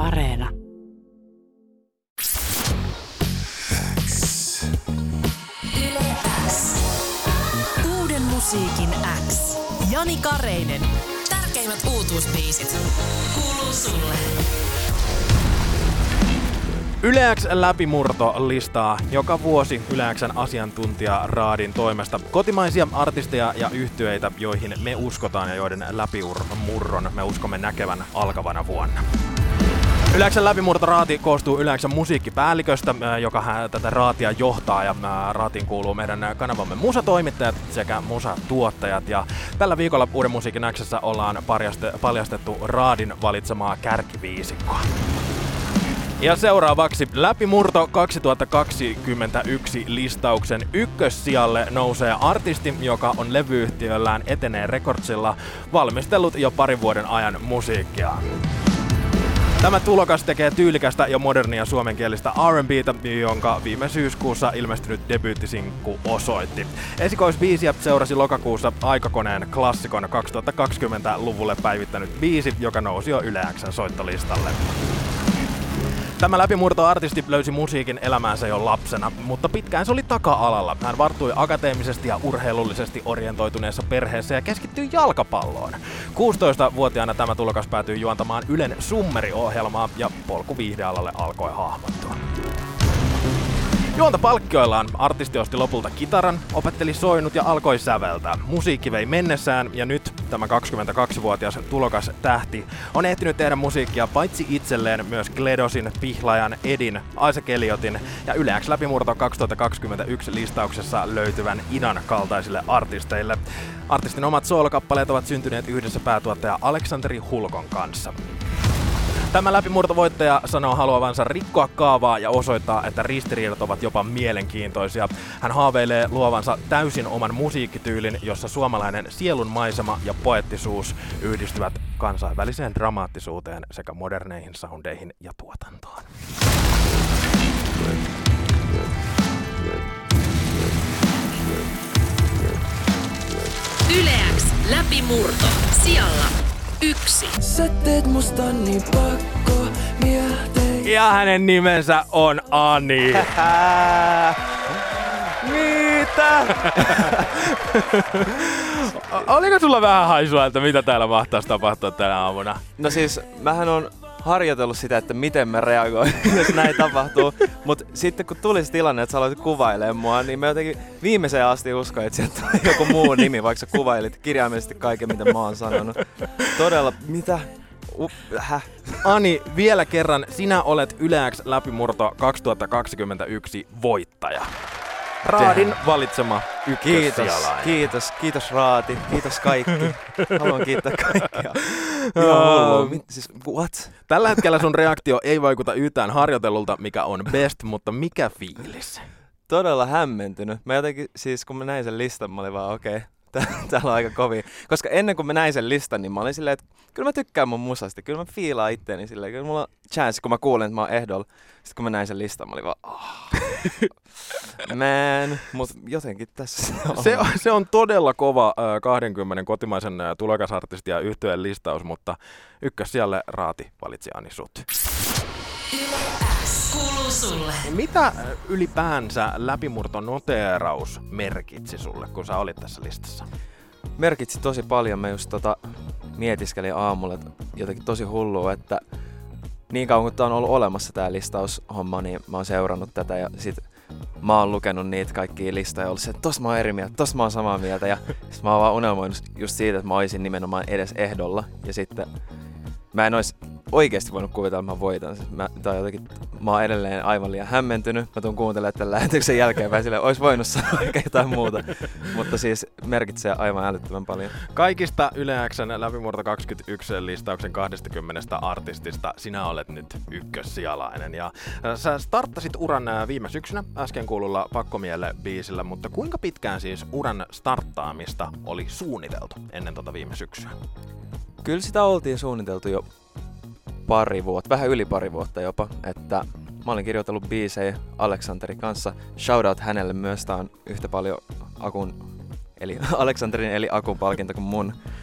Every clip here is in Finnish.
Areena. Yle X. Uuden musiikin X. Jani Kareinen. Tärkeimmät uutuusbiisit. Kuuluu sulle. Yle X läpimurto listaa joka vuosi Yle X:n asiantuntija Raadin toimesta kotimaisia artisteja ja yhtyeitä, joihin me uskotaan ja joiden läpimurron me uskomme näkevän alkavana vuonna. Yle X:n läpimurto Raati koostuu Yle X:n musiikkipäälliköstä, joka tätä Raatia johtaa, ja Raatiin kuuluu meidän kanavamme musatoimittajat sekä musatuottajat. Ja tällä viikolla Uuden musiikin X:ssä ollaan paljastettu Raadin valitsemaa kärkiviisikkoa. Ja seuraavaksi läpimurto 2021 listauksen ykkössijalle nousee artisti, joka on levyyhtiöllään Etenee Recordsilla valmistellut jo parin vuoden ajan musiikkia. Tämä tulokas tekee tyylikästä ja modernia suomenkielistä R&B:tä, jonka viime syyskuussa ilmestynyt debyyttisinkku osoitti. Esikoisbiisiä seurasi lokakuussa Aikakoneen klassikon 2020-luvulle päivittänyt biisi, joka nousi jo Yle X:n soittolistalle. Tämä läpimurtoartisti löysi musiikin elämäänsä jo lapsena, mutta pitkään se oli taka-alalla. Hän varttui akateemisesti ja urheilullisesti orientoituneessa perheessä ja keskittyi jalkapalloon. 16-vuotiaana tämä tulokas päätyi juontamaan Ylen Summeri-ohjelmaa ja polku viihdealalle alkoi hahmottua. Juontopalkkioillaan artisti osti lopulta kitaran, opetteli soinut ja alkoi säveltää. Musiikki vei mennessään ja nyt tämä 22-vuotias tulokas tähti on ehtinyt tehdä musiikkia paitsi itselleen myös Gledosin, Pihlajan, Edin, Isaac Elliotin ja Yle X läpimurto 2021 listauksessa löytyvän Inan kaltaisille artisteille. Artistin omat soolokappaleet ovat syntyneet yhdessä päätuottaja Aleksanteri Hulkon kanssa. Tämä läpimurtovoittaja sanoo haluavansa rikkoa kaavaa ja osoittaa, että ristiriidat ovat jopa mielenkiintoisia. Hän haaveilee luovansa täysin oman musiikkityylin, jossa suomalainen sielunmaisema ja poettisuus yhdistyvät kansainväliseen dramaattisuuteen sekä moderneihin soundeihin ja tuotantoon. Yle X läpimurto sijalla 1. Sä teet musta niin pakko miettiä. Ja hänen nimensä on Ani. Mitä? Oliko sulla vähän haisua, että mitä täällä mahtaisi tapahtua tänä aamuna? No siis, mähän on harjoitellut sitä, että miten mä reagoin, jos näin tapahtuu. Mut sitten kun tuli se tilanne, että sä aloitit kuvailemaan mua, niin mä jotenkin viimeiseen asti uskoin, että sieltä tuli joku muu nimi, vaikka sä kuvailit kirjaimellisesti kaiken, mitä mä oon sanonut. Todella, mitä? Ani, vielä kerran, sinä olet Yle X läpimurto 2021 voittaja. Raadin valitsema ykkössijalainen. Kiitos Raati, kiitos kaikki. Haluan kiittää kaikkia. Joo, siis what? Tällä hetkellä sun reaktio ei vaikuta yhtään harjoitellulta, mikä on best, mutta mikä fiilis? Todella hämmentynyt. Mä jotenkin, siis kun mä näin sen listan, mä olin vaan okei. Täällä on aika kovin. Koska ennen kuin mä näin sen listan, niin mä olin silleen, että kyllä mä tykkään mun musasta. Kyllä mä fiilaan itteeni silleen. Kyllä mulla on chance, kun mä kuulen, että mä oon ehdolla. Sitten kun mä näin sen listan, mä olin vaan man. Mut jotenkin tässä se on todella kova 20 kotimaisen tulokasartistin ja yhtyeen listaus, mutta ykkössijalle Raati valitsi Ani sut. Yle X kuuluu sulle. Mitä ylipäänsä läpimurtonoteeraus merkitsi sulle, kun sä olit tässä listassa? Merkitsi tosi paljon. Mä just mietiskelin aamulla, että jotenkin tosi hullua, että niin kauan kun tää on ollut olemassa tää listaushomma, niin mä oon seurannut tätä ja sit mä oon lukenut niitä kaikkia listoja ja ollut se, että tossa mä oon eri mieltä, tossa mä oon samaa mieltä ja sit mä oon vaan unelmoinut just siitä, että mä oisin nimenomaan edes ehdolla ja sitten mä en ois oikeesti voinut kuvitella, että mä voitan. Mä oon edelleen aivan liian hämmentynyt. Mä tuun kuuntelemaan tämän lähetyksen jälkeenpäin silleen, ois voinut sanoa ehkä jotain muuta. Mutta siis merkitsee aivan älyttömän paljon. Kaikista Yle X:n läpimurto 21 listauksen 20 artistista sinä olet nyt ykkössijalainen. Ja sä starttasit uran viime syksynä äsken kuululla Pakkomielle-biisillä, mutta kuinka pitkään siis uran starttaamista oli suunniteltu ennen viime syksyä? Kyllä sitä oltiin suunniteltu jo pari vuotta, vähän yli pari vuotta jopa, että mä olin kirjoitellut biisejä Aleksanterin kanssa. Shoutout hänelle myös, tää on yhtä paljon Akun, eli Aleksanterin eli Akun palkinto kuin mun,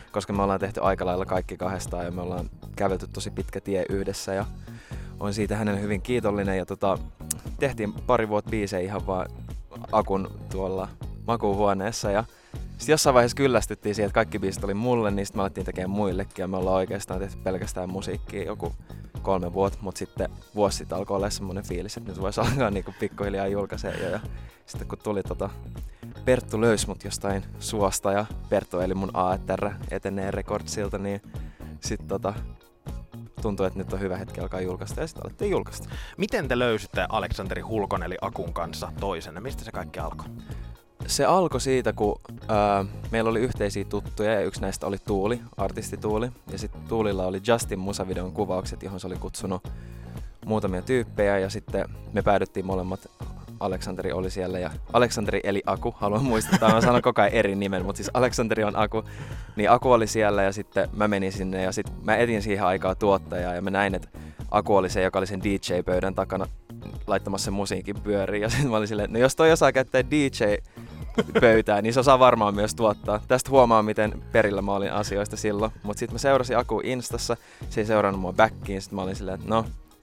koska me ollaan tehty aika lailla kaikki kahdestaan ja me ollaan kävelty tosi pitkä tie yhdessä ja on siitä hänelle hyvin kiitollinen ja tehtiin pari vuotta biisejä ihan vaan Akun tuolla makuuhuoneessa ja sitten jossain vaiheessa kyllästyttiin siihen, että kaikki biisit oli mulle, niin sitten me alettiin tekemään muillekin ja me ollaan oikeastaan tehty pelkästään musiikkia joku 3 vuotta, mutta sitten vuosi sitten alkoi olla semmoinen fiilis, että nyt voisi alkaa niinku pikkuhiljaa julkaisee jo ja sitten kun tuli Perttu löysi mut jostain suosta ja Perttu eli mun A&R Etenee Recordsilta, niin sitten tuntui, että nyt on hyvä hetki alkaa julkaista ja sitten alettiin julkaista. Miten te löysitte Aleksanteri Hulkon eli Akun kanssa toisenne? Mistä se kaikki alkoi? Se alkoi siitä, kun meillä oli yhteisiä tuttuja ja yksi näistä oli Tuuli, artisti Tuuli. Ja sitten Tuulilla oli Justin musavideon kuvaukset, johon se oli kutsunut muutamia tyyppejä ja sitten me päädyttiin molemmat. Aleksanteri oli siellä ja Aleksanteri eli Aku, haluan muistuttaa, mä sanon koko ajan eri nimen, mutta siis Aleksanteri on Aku. Niin Aku oli siellä ja sitten mä menin sinne ja sitten mä etin siihen aikaa tuottajaa ja mä näin, että Aku oli se, joka oli sen DJ-pöydän takana laittamassa sen musiikin pyöriin ja sitten mä olin silleen, että no jos toi osaa käyttää DJ-pöytää, niin se osaa varmaan myös tuottaa. Tästä huomaa, miten perillä mä olin asioista silloin, mutta sitten mä seurasin Aku Instassa, se ei seurannut mua backiin, sitten mä olin silleen, että no,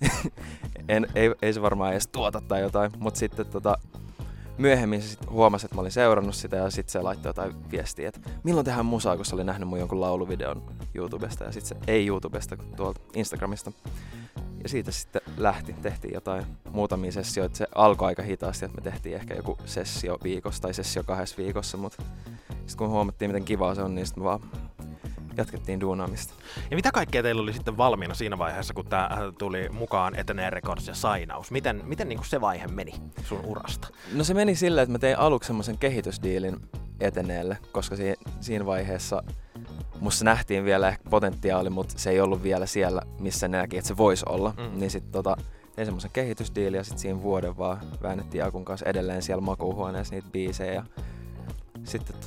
ei se varmaan edes tuota tai jotain, mutta sitten myöhemmin se sit huomasi, että mä olin seurannut sitä ja sitten se laittoi jotain viestiä, että milloin tehdään musaa, kun se oli nähnyt mun jonkun lauluvideon YouTubesta ja sitten se ei YouTubesta, tuolta Instagramista. Ja siitä sitten tehtiin jotain muutamia sessioita, se alkoi aika hitaasti, että me tehtiin ehkä joku sessio viikossa tai sessio 2 viikossa, mutta sitten kun huomattiin miten kivaa se on, niin sitten me vaan jatkettiin duunaamista. Ja mitä kaikkea teillä oli sitten valmiina siinä vaiheessa, kun tää tuli mukaan Etenee Records ja Sainaus? Miten niinku se vaihe meni sun urasta? No se meni silleen, että mä tein aluksi semmoisen kehitysdiilin Eteneelle, koska siinä vaiheessa musta nähtiin vielä ehkä potentiaali, mutta se ei ollut vielä siellä, missä ne näki, että se voisi olla. Niin sitten tein semmoisen kehitysdiilin ja sitten siinä vuoden vaan väännettiin Akun kanssa edelleen siellä makuuhuoneessa niitä biisejä. Ja sitten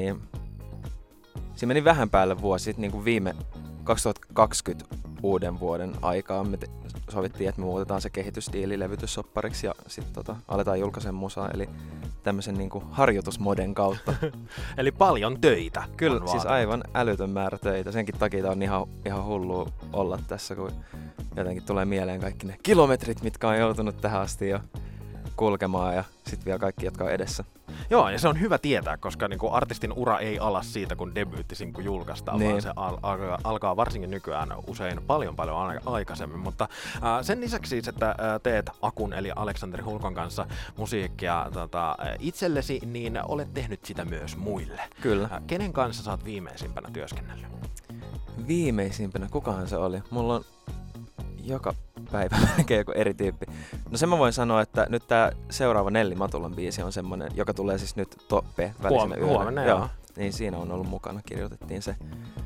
siinä meni vähän päälle vuosi, sitten niin kuin viime 2020 uuden vuoden aikaa me sovittiin, että me muutetaan se kehitysdiili levytyssoppariksi ja sitten aletaan julkaisen musaa, eli tämmöisen niin kuin harjoitusmoden kautta. Eli paljon töitä. Kyllä, siis aivan älytön määrä töitä. Senkin takia on ihan hullua olla tässä, kun jotenkin tulee mieleen kaikki ne kilometrit, mitkä on joutunut tähän asti jo kulkemaan ja sitten vielä kaikki, jotka on edessä. Joo, ja se on hyvä tietää, koska niinku artistin ura ei ala siitä, kun debyyttisinkku julkaistaan, vaan se alkaa varsinkin nykyään usein paljon aikaisemmin. Mutta sen lisäksi siis, että teet Akun eli Aleksanteri Hulkon kanssa musiikkia itsellesi, niin olet tehnyt sitä myös muille. Kyllä. Kenen kanssa sä oot viimeisimpänä työskennellyt? Viimeisimpänä? Kukahan se oli? Mulla on joka päivä melkein joku eri tyyppi. No sen mä voin sanoa, että nyt tää seuraava Nelli Matulan biisi on semmonen, joka tulee siis nyt toppeen välisenä yönä. Huomenna, joo. Niin siinä on ollut mukana. Kirjoitettiin se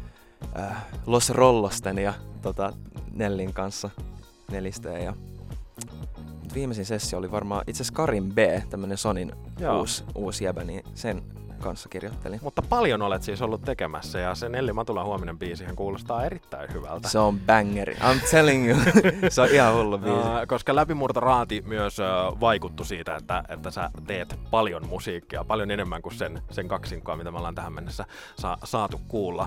Los Rollosten ja Nellin kanssa nelisteen. Ja viimeisin sessio oli varmaan itse asiassa Karin B, tämmönen Sonin uusi jäbä, niin sen kanssa kirjoittelin. Mutta paljon olet siis ollut tekemässä ja se Nelli Matulan huominen biisihän kuulostaa erittäin hyvältä. Se on bangeri. I'm telling you. Se on ihan hullu biisi. Koska Läpimurto Raati myös vaikuttui siitä, että sä teet paljon musiikkia, paljon enemmän kuin sen kaksinkoa, mitä me ollaan tähän mennessä saatu kuulla.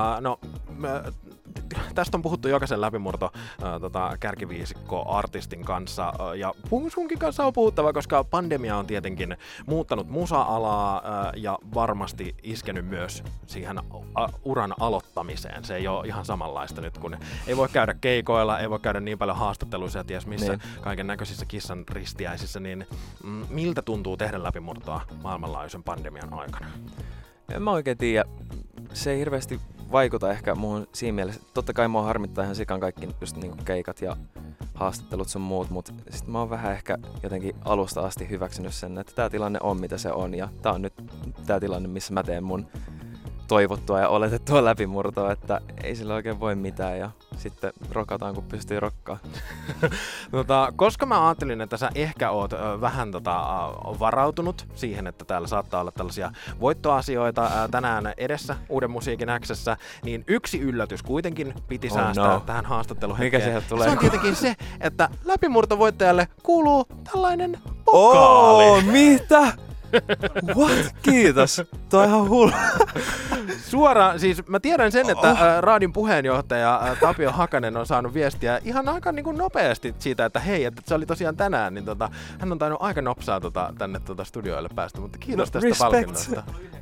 Tästä on puhuttu jokaisen Läpimurto kärkiviisikko-artistin kanssa ja sunkin kanssa on puhuttava, koska pandemia on tietenkin muuttanut musa-alaa ja varmasti iskenyt myös siihen uran aloittamiseen. Se ei ole ihan samanlaista nyt, kun ei voi käydä keikoilla, ei voi käydä niin paljon haastatteluissa ja ties missä kaiken näköisissä kissan ristiäisissä, niin miltä tuntuu tehdä läpimurtoa maailmanlaajuisen pandemian aikana? En mä oikein tiedä. Se ei hirveästi vaikuta ehkä muuhun siinä mielessä. Totta kai mua harmittaa ihan sikan kaikki just niinku keikat ja haastattelut sun muut, mutta sit mä oon vähän ehkä jotenkin alusta asti hyväksynyt sen, että tää tilanne on mitä se on ja tää on nyt tää tilanne, missä mä teen mun toivottua ja oletettua läpimurtoa, että ei sillä oikein voi mitään ja sitten rokataan kun pystyy rokkaan. Koska mä ajattelin, että sä ehkä oot vähän varautunut siihen, että täällä saattaa olla tällaisia voittoasioita tänään edessä Uuden musiikin X:ssä, niin yksi yllätys kuitenkin piti säästää tähän haastatteluhetkeen. Mikä sieltä tulee? Se on tietenkin se, että läpimurtovoittajalle kuuluu tällainen pokaali. Mitä? What? Kiitos. Tuo on ihan hullu. Suoraan, siis mä tiedän sen, että Raadin puheenjohtaja Tapio Hakanen on saanut viestiä ihan aika niin kuin nopeasti siitä, että hei, että se oli tosiaan tänään, niin hän on tainnut aika nopsaa tänne studioille päästä, mutta kiitos tästä palkinnosta.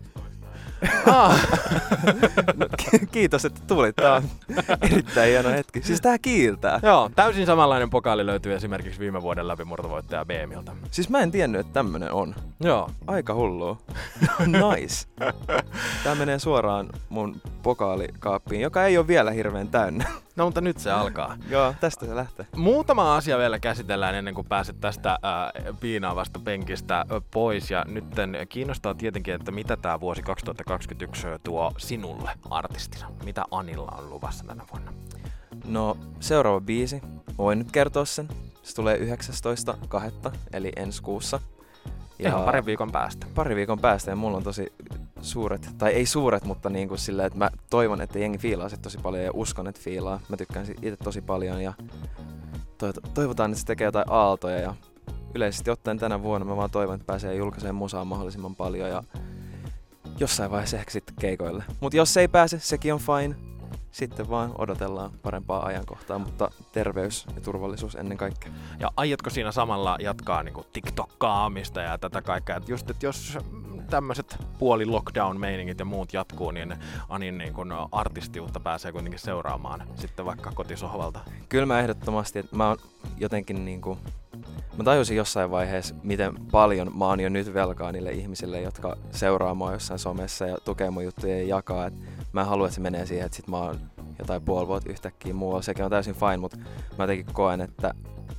No, kiitos, että tulit. Tää on erittäin hieno hetki. Siis tää kiiltää. Joo, täysin samanlainen pokaali löytyy esimerkiksi viime vuoden läpimurtovoittaja BMiltä. Siis mä en tiennyt, että tämmönen on. Joo. Aika hullua. Nice. Tää menee suoraan mun pokaalikaappiin, joka ei ole vielä hirveän täynnä. No mutta nyt se alkaa. Joo, tästä se lähtee. Muutama asia vielä käsitellään ennen kuin pääset tästä piinaavasta penkistä pois. Ja nyt kiinnostaa tietenkin, että mitä tää vuosi 2021 tuo sinulle artistina. Mitä Anilla on luvassa tänä vuonna? No, seuraava biisi. Voin nyt kertoa sen. Se tulee 19.2. eli ensi kuussa. Ja ihan parin viikon päästä. Pari viikon päästä ja mulla on tosi suuret, tai ei suuret, mutta niin kuin silleen, että mä toivon, että jengi fiilaa sit tosi paljon ja uskon, että fiilaa. Mä tykkään itse tosi paljon ja toivotaan, että se tekee jotain aaltoja ja yleisesti ottaen tänä vuonna mä vaan toivon, että pääsee julkaisemaan musaa mahdollisimman paljon ja jossain vaiheessa ehkä sitten keikoille. Mut jos ei pääse, sekin on fine. Sitten vaan odotellaan parempaa ajankohtaa, mutta terveys ja turvallisuus ennen kaikkea. Ja aiotko siinä samalla jatkaa niin kuin TikTokkaamista ja tätä kaikkea? Et just, että jos tämmöiset puoli lockdown-meiningit ja muut jatkuu, niin Anin niin kuin artistiutta pääsee kuitenkin seuraamaan sitten vaikka kotisohvalta. Kyllä mä ehdottomasti, että mä oon jotenkin niinku... Mä tajusin jossain vaiheessa, miten paljon mä oon jo nyt velkaa niille ihmisille, jotka seuraa mua jossain somessa ja tukee mun juttuja ja jakaa. Et mä en halua, että se menee siihen, että sit mä oon jotain puoli vuotta yhtäkkiä muualla. Sekin on täysin fine, mutta mä jotenkin koen, että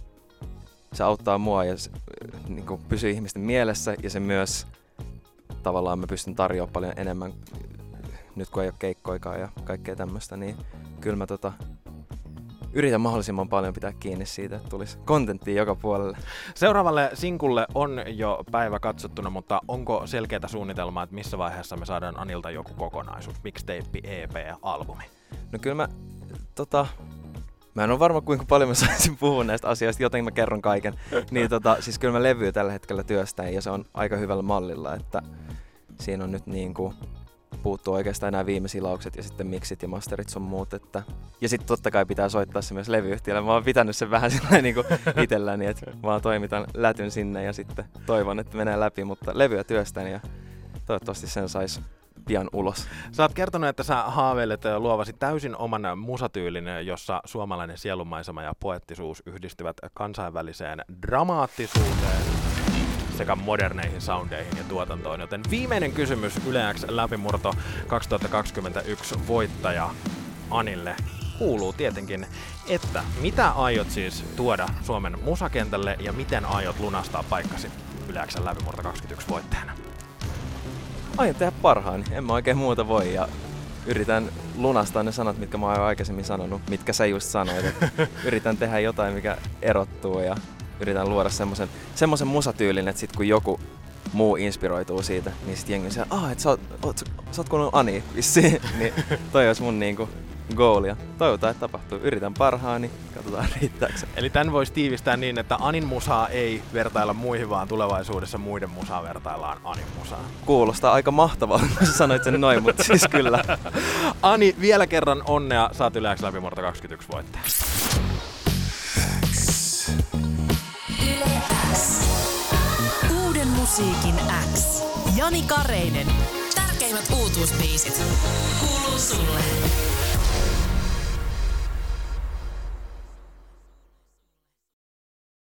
se auttaa mua ja se, niin kuin pysyy ihmisten mielessä ja se myös tavallaan mä pystyn tarjoamaan paljon enemmän nyt kun ei ole keikkoikaan ja kaikkea tämmöistä, niin kyllä mä yritän mahdollisimman paljon pitää kiinni siitä, että tulisi kontenttia joka puolelle. Seuraavalle sinkulle on jo päivä katsottuna, mutta onko selkeää suunnitelmaa, että missä vaiheessa me saadaan Anilta joku kokonaisuus? Mixtape, EP, albumi? No kyllä mä en ole varma kuinka paljon mä saisin puhua näistä asioista, joten mä kerron kaiken. Niin siis kyllä mä levyä tällä hetkellä työstän ja se on aika hyvällä mallilla, että siinä on nyt niinku puuttuu oikeastaan nämä viime silaukset ja sitten mixit ja masterit sun muut. Ja sitten totta kai pitää soittaa se myös levyyhtiölle. Mä oon pitänyt sen vähän silleen niinku itselläni, että vaan toimitan lätyn sinne ja sitten toivon, että menee läpi. Mutta levyä työstän ja toivottavasti sen sais pian ulos. Sä oot kertonut, että sä haaveilet luovasi täysin oman musatyylin, jossa suomalainen sielumaisema ja poettisuus yhdistyvät kansainväliseen dramaattisuuteen sekä moderneihin soundeihin ja tuotantoon. Joten viimeinen kysymys Yle X Läpimurto 2021 voittaja Anille kuuluu tietenkin, että mitä aiot siis tuoda Suomen musakentälle ja miten aiot lunastaa paikkasi Yle X Läpimurto 21 voittajana? Aion tehdä parhaani, en mä oikein muuta voi ja yritän lunastaa ne sanat, mitkä mä oon aikaisemmin sanonut, mitkä sä just sanoit. Yritän tehdä jotain, mikä erottuu ja yritän luoda semmosen musatyylin, että sit kun joku muu inspiroituu siitä, niin sit jengi on että sä oot kuunnellut Ani vissiin, niin toi olisi mun niinku goal ja toivotaan, että tapahtuu. Yritän parhaani, katsotaan riittääkö se. Eli tän voisi tiivistää niin, että Anin musaa ei vertailla muihin, vaan tulevaisuudessa muiden musaa vertaillaan Anin musaa. Kuulostaa aika mahtavalta, kun sä sanoit sen noin, mutta siis kyllä. Ani, vielä kerran onnea, saat Yle X Läpimurto 21 voittaja. Uuden musiikin X. Jani Kareinen. Tärkeimmät uutuusbiisit. Kuuluu sulle.